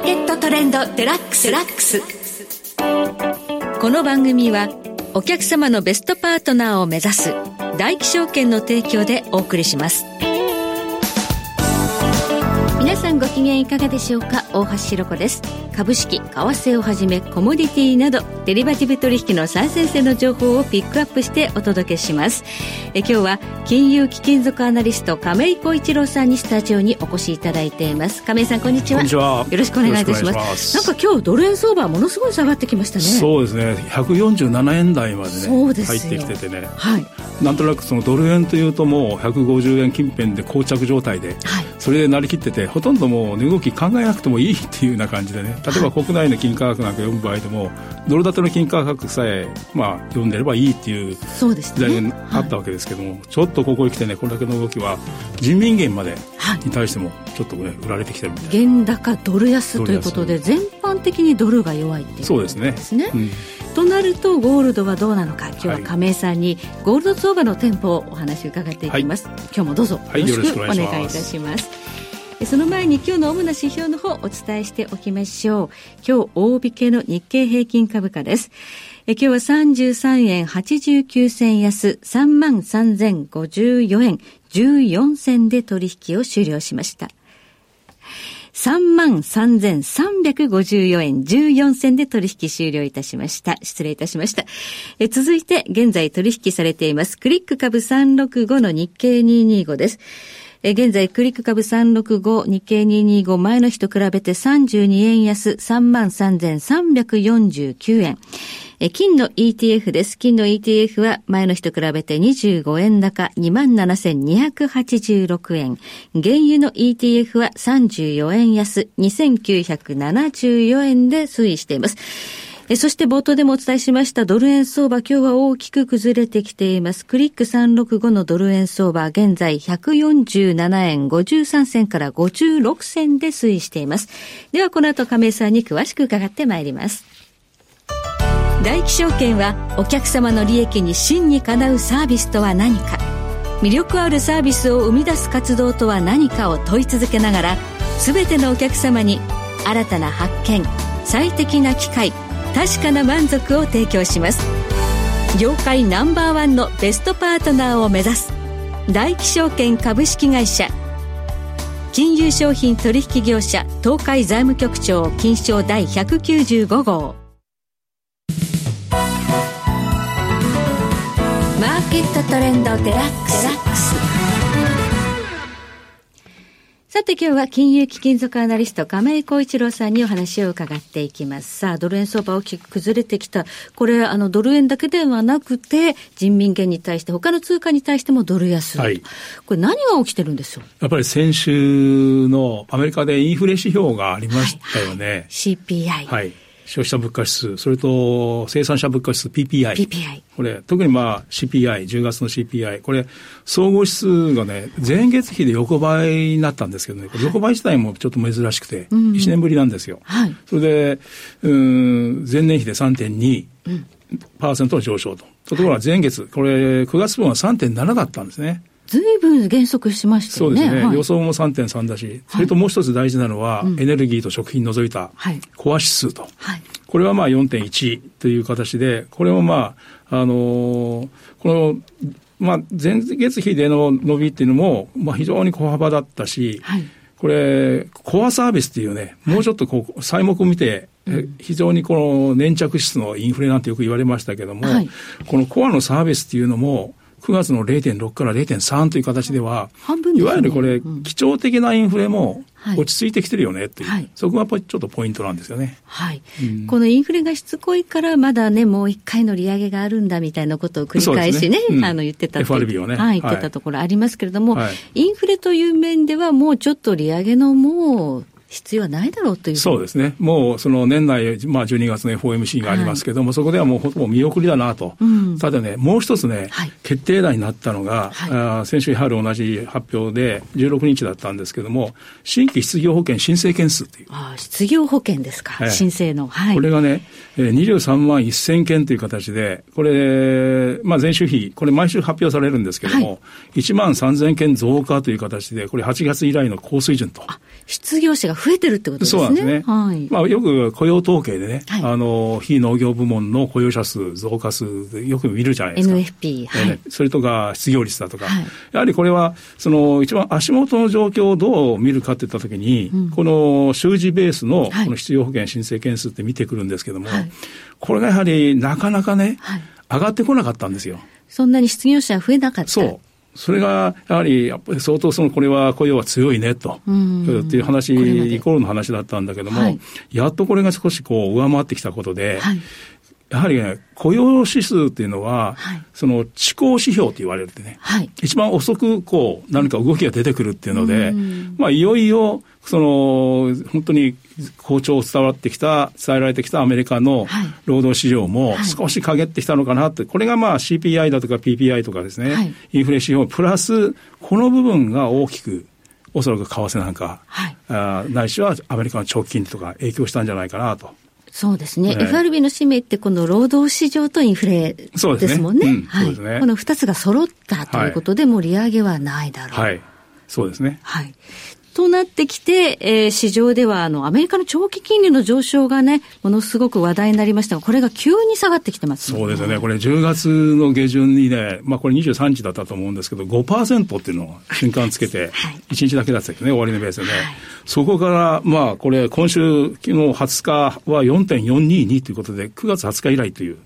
ケットトレンドデラックス。 この番組はお客様のベストパートナーを目指す大気証券の提供でお送りします。皆さんご機嫌いかがでしょうか。大橋ひろ子です。株式、為替をはじめコモディティなどデリバティブ取引の最前線の情報をピックアップしてお届けします。今日は金融貴金属アナリスト亀井浩一郎さんにスタジオにお越しいただいています。亀井さん、こんにちは。 こんにちは。 よろしくお願いいたします。なんか今日ドル円相場ものすごい下がってきましたね。 そうですね、147円台までね、入ってきててね、はい、なんとなくそのドル円というともう150円近辺で膠着状態で、はい、それで成り切ってて、ほとんどもう値動き考えなくてもいいっていうような感じでね、例えば国内の金価格なんか読む場合でも、ドル建ての金価格さえ、読んでればいいっていう時代があったわけですけども、ちょっとここへ来てね、これだけの動きは人民元までに対してもちょっとね、売られてきてるみたいな。 元高ドル安ということで、全般的にドルが弱いっていうことですね。 そうですね、 となるとゴールドはどうなのか、今日は亀井さんにゴールド相場の店舗をお話を伺っていきます。今日もどうぞよろしくお願いいたします。その前に今日の主な指標の方お伝えしておきましょう。今日大引けの日経平均株価です。今日は33円89銭安 33,054 円14銭で取引を終了しました。33,354 円14銭で取引終了いたしました。失礼いたしました。続いて現在取引されていますクリック株365の日経225です。現在クリック株365日経225前の日と比べて32円安 33,349 円。金の ETF です。金の ETF は前の日と比べて25円高 27,286 円。原油の ETF は34円安 2,974 円で推移しています。そして冒頭でもお伝えしましたドル円相場、今日は大きく崩れてきています。クリック365のドル円相場、現在147円53銭から56銭で推移しています。ではこの後亀井さんに詳しく伺ってまいります。大気証券はお客様の利益に真にかなうサービスとは何か、魅力あるサービスを生み出す活動とは何かを問い続けながら、すべてのお客様に新たな発見、最適な機会、確かな満足を提供します。業界ナンバーワンのベストパートナーを目指す大気証券株式会社、金融商品取引業者東海財務局長金商第195号。マーケットトレンドデラックス。さて今日は金融貴金属アナリスト亀井浩一郎さんにお話を伺っていきます。さあドル円相場大きく崩れてきた。これドル円だけではなくて人民元に対して他の通貨に対してもドル安、はい、これ何が起きてるんでしょう。 やっぱり先週のアメリカでインフレ指標がありましたよね、はいはい、 CPI、はい、 消費者物価指数、それと生産者物価指数 PPI。これ、特にCPI、10月の CPI。これ、総合指数がね、前月比で横ばいになったんですけどね、これ横ばい自体もちょっと珍しくて、1年ぶりなんですよ。はい、それで、前年比で 3.2% の上昇と。ところが前月、これ、9月分は 3.7 だったんですね。 ずいぶん減速しましたよね。 そうですね、はい、予想も 3.3 だし、それともう一つ大事なのは、エネルギーと食品除いたコア指数と、はい、これは4.1 という形で、これもこの前月比での伸びっていうのも非常に小幅だったし、はい、これコアサービスっていうね、もうちょっと細目を見て、非常にこの粘着質のインフレなんてよく言われましたけども、はい、このコアのサービスっていうのも9月の 0.6 から 0.3 という形では、半分ですね、いわゆるこれ、基調的なインフレも落ち着いてきてるよねっていう、はい、そこがちょっとポイントなんですよね。 はい。このインフレがしつこいからまだね、もう一回の利上げがあるんだみたいなことを繰り返しね、言ってた FRB をね、 はい、言ってたところありますけれども、はい、インフレという面ではもうちょっと利上げのもう必要はないだろうという。 そうですね。もうその年内、12月の FOMC がありますけども、はい、そこではもうほぼ見送りだなと。ただね、もう一つね、はい、決定打になったのが、はい、先週春同じ発表で16日だったんですけども、新規失業保険申請件数っていう。 失業保険ですか、申請の。はい。 これがね、23万1000件という形で、これ、前週比、これ毎週発表されるんですけども、はい、1万3000件増加という形で、これ8月以来の高水準と。 失業者が増えてるってことですね。 そうなんですね。 はい。 まあ、よく雇用統計でね、 はい、 非農業部門の雇用者数増加数でよく見るじゃないですか。 NFP。はい。 それとか失業率だとか。 はい、 やはりこれは、一番足元の状況をどう見るかっていったときに、この習字ベースのこの失業保険申請件数って見てくるんですけども、はい、これがやはりなかなかね、はい、上がってこなかったんですよ。 そんなに失業者は増えなかった。 そう。それがやっぱり相当これは雇用は強いねとっていう話、イコールの話だったんだけども、はい、やっとこれが少し上回ってきたことで、はい、やはりね、雇用指数っていうのは、はい、遅行指標と言われるってね、はい、一番遅く何か動きが出てくるっていうので、まあいよいよ本当に好調伝えられてきたアメリカの労働市場も少し陰ってきたのかなって、これがまあ CPI だとか PPI とかですね、はい、インフレ指標プラスこの部分が大きくおそらく為替なんか、はい、ないしはアメリカの長期金利とか影響したんじゃないかなと。 そうですね。FRB の使命ってこの労働市場とインフレですもんね。はい。そうですね。この2つが揃ったということで、もう利上げはないだろう。 はい。そうですね。 はい。となってきて、市場ではアメリカの長期金利の上昇がね、ものすごく話題になりましたが、これが急に下がってきてますね。 そうですよね。これ10月の下旬にね、まあこれ23日だったと思うんですけど、5% っていうのを瞬間つけて、1日だけだったけどね、終わりのベースでね。はい、そこから、まあこれ今週昨日20日は 4.422 ということで、9月20日以来という。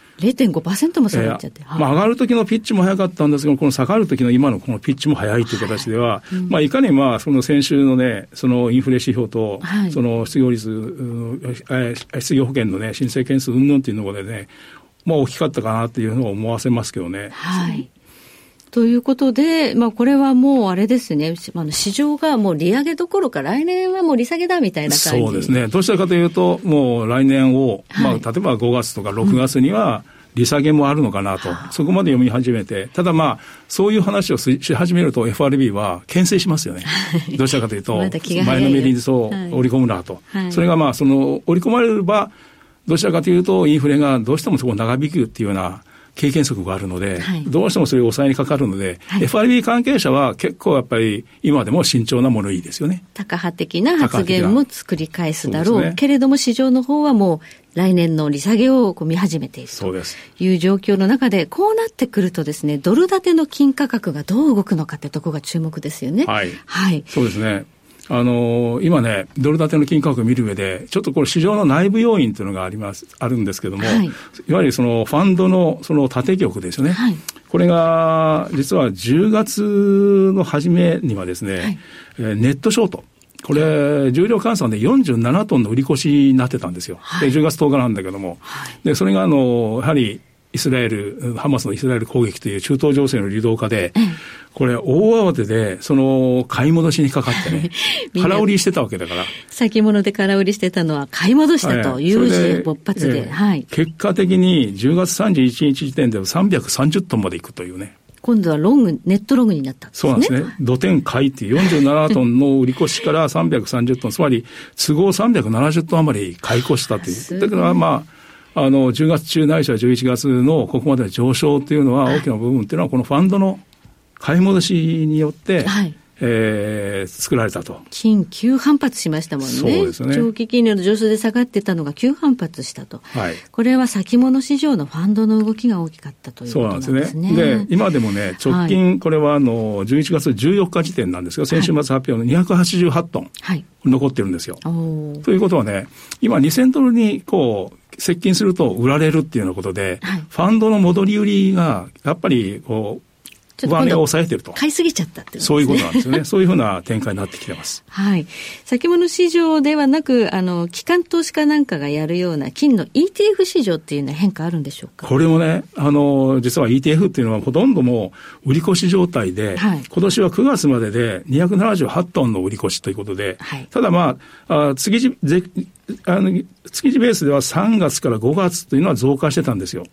0.5% も下がっちゃって。 まあ上がる時のピッチも早かったんですが、この下がる時の今のこのピッチも早いという形では、はいまあいかにまあ先週のね、インフレ指標と、はい、失業率、失業保険のね、申請件数云々っていうのでね、まあ大きかったかなっていうのを思わせますけどね。 はい。ということで、まあこれはもうあれですね、市場がもう利上げどころか来年はもう利下げだみたいな感じ。 そうですね。どうしたかというと、もう来年を、まあ例えば5月とか6月には利下げもあるのかなと、そこまで読み始めて、ただまあそういう話をし始めると FRB は牽制しますよね。どうしたかというと、前のめりに織り込むなと。はい、それがまあ織り込まれれば、どうしたかというとインフレがどうしてもそこ長引くっていうような経験則があるので、はい、どうしてもそれを抑えにかかるので、はい、FRB 関係者は結構やっぱり今でも慎重な物言いですよね。 タカ派的な発言も作り返すだろう、ね、けれども市場の方はもう来年の利下げを見始めているという状況の中で、こうなってくるとですね、ドル建ての金価格がどう動くのかってところが注目ですよね。 はい。はい。そうですね。今ね、ドル建ての金価格を見る上で、ちょっとこれ市場の内部要因というのがあるんですけども、はい、いわゆるファンドの縦玉ですよね。はい、これが、実は10月の初めにはですね、はいネットショート。これ、重量換算で47トンの売り越しになってたんですよ。はい、で、10月10日なんだけども。はい、で、それがやはり、ハマスのイスラエル攻撃という中東情勢の流動化で、これ大慌てで、買い戻しにかかってね、空売りしてたわけだから。 先物で空売りしてたのは買い戻したという時勃発で、はい。 結果的に10月31日時点で330トンまでいくというね。 今度はネットロングになったんですね。 そうなんですね。土点買いっていう47トンの売り越しから330トン、つまり都合370トン余り買い越したという。だからまあ、10月中ないしは11月のここまでの上昇っていうのは大きな部分っていうのはこのファンドの買い戻しによって、はい作られたと。 金急反発しましたもんね。そうですね。長期金利の上昇で下がってたのが急反発したと。はい。これは先物市場のファンドの動きが大きかったということなんですね。そうなんですね。 で、今でもね、直近、これは11月14日時点なんですが、先週末発表の288トン。はい。残ってるんですよ。ということはね、今2000ドルに接近すると売られるっていうようなことで、はい、ファンドの戻り売りがやっぱり上値を抑えてると。 買いすぎちゃったってことですね。 そういうことなんですよね。そういうふうな展開になってきてます。 はい。先物市場ではなく、機関投資家なんかがやるような金の ETF 市場っていうのは変化あるんでしょうか？ これもね、実は ETF っていうのはほとんどもう売り越し状態で、はい、今年は9月までで278トンの売り越しということで、はい、ただまあ、月次ベースでは3月から5月というのは増加してたんですよ。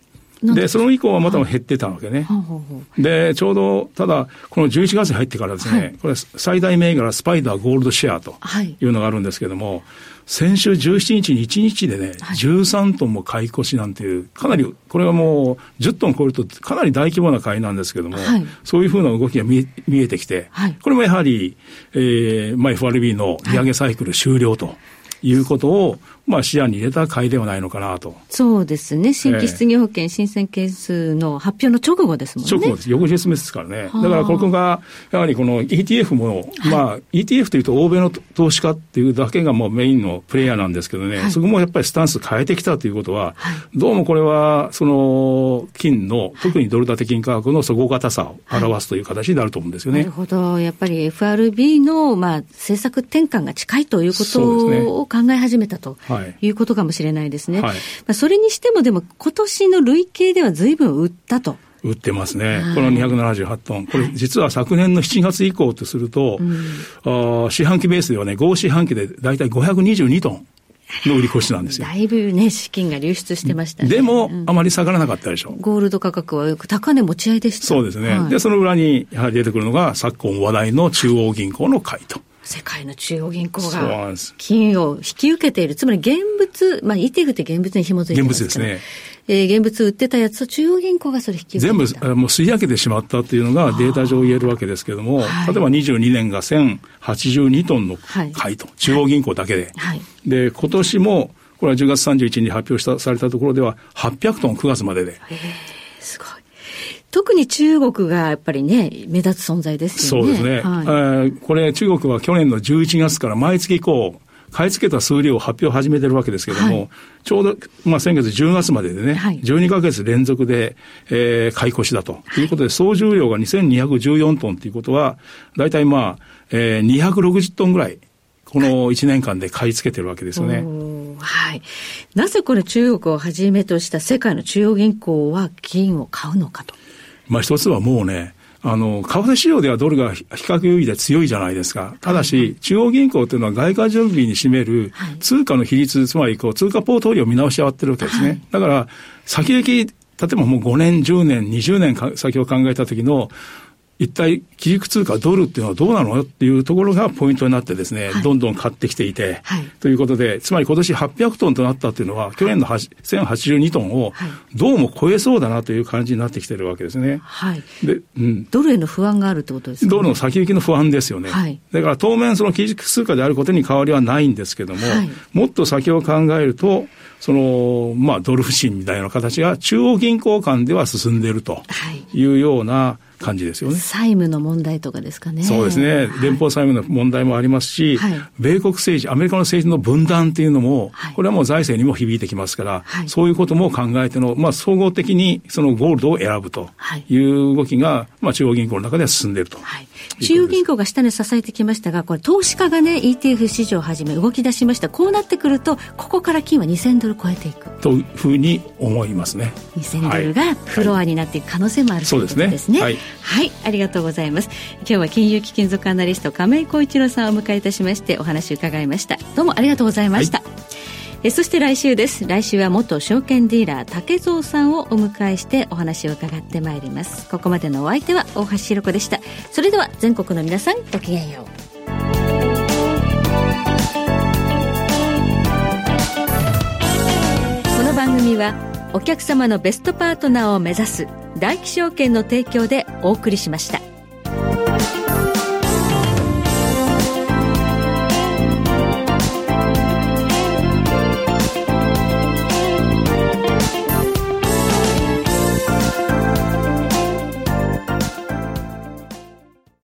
で、その以降はまた減ってたわけね。で、ちょうど、ただ、この11月に入ってからですね、これ最大銘柄スパイダーゴールドシェアというのがあるんですけども、先週17日に1日でね、13トンも買い越しなんていう、かなり、これはもう10トン超えるとかなり大規模な買いなんですけども、そういうふうな動きが見えてきて、これもやはり、FRB の利上げサイクル終了ということを、視野に入れた買いではないのかなと。 そうですね。新規失業保険申請件数の発表の直後ですもんね。 直後です。翌日ですからね。だからここが、やはりこの ETF も、ETF というと欧米の投資家っていうだけがもうメインのプレイヤーなんですけどね、そこもやっぱりスタンス変えてきたということは、どうもこれは、その、金の、特にドル建て金価格の底堅さを表すという形になると思うんですよね。 なるほど。やっぱり FRB の、政策転換が近いということを考え始めたと。いうことかもしれないですね。それにしてもでも今年の累計では随分売ったと。 売ってますね。この278トン。これ実は昨年の7月以降とすると、四半期ベースではね、5四半期でだいたい522トン。の売り越しなんですよ。 だいぶね、資金が流出してましたね。 でも、あまり下がらなかったでしょ。 ゴールド価格はよく高値持ち合いでした。 そうですね。で、その裏にやはり出てくるのが、昨今話題の中央銀行の買いと。 世界の中央銀行が金を引き受けている。つまり現物、ETF って現物に紐づいてますから。現物ですね。現物売ってたやつを中央銀行がそれ引き受けていた。 全部もう吸い上げてしまったっていうのがデータ上言えるわけですけれども、例えば22年が1082トンの買いと。中央銀行だけで。で、今年も、これは10月31日に発表されたところでは800トン9月までで。 すごい。特に中国がやっぱりね、目立つ存在ですよね。 そうですね。これ中国は去年の11月から毎月買い付けた数量を発表を始めてるわけですけれども、ちょうど、先月10月まででね、12ヶ月連続で、買い越しだということで、総重量が2214トンということは、だいたい260トンぐらい、この1年間で買い付けてるわけですよね。 なぜこれ中国をはじめとした世界の中央銀行は金を買うのかと。 一つはもうね、為替市場ではドルが比較優位で強いじゃないですか。ただし、中央銀行というのは外貨準備に占める通貨の比率、つまり通貨ポートフォリオを見直し合ってるわけですね。だから、先行き、例えばもう5年、10年、20年先を考えた時の、一体基軸通貨ドルっていうのはどうなのっていうところがポイントになってですね、どんどん買ってきていて、ということで、つまり今年800トンとなったっていうのは、去年の1082トンをどうも超えそうだなという感じになってきてるわけですね。 で、ドルへの不安があるってことですかね。 ドルの先行きの不安ですよね。だから当面その基軸通貨であることに変わりはないんですけども、もっと先を考えると、ドル不振みたいな形が中央銀行間では進んでいるというような感じですよね。 債務の問題とかですかね。 そうですね。連邦債務の問題もありますし、米国政治、アメリカの政治の分断っていうのも、これはもう財政にも響いてきますから、そういうことも考えての、総合的にそのゴールドを選ぶという動きが、中央銀行の中では進んでいると。 中央銀行が下値支えてきましたが、これ投資家がね ETF 市場をはじめ動き出しました。こうなってくるとここから金は2000ドル超えていくというふうに思いますね。 2000ドルがフロアになっていく可能性もあるということですね。ありがとうございます。今日は金融貴金属アナリスト亀井浩一郎さんをお迎えいたしましてお話を伺いました。どうもありがとうございました。そして来週です。来週は元証券ディーラー竹蔵さんをお迎えしてお話を伺ってまいります。ここまでのお相手は大橋ひろ子でした。それでは全国の皆さんごきげんよう。この番組はお客様のベストパートナーを目指す大気証券の提供でお送りしました。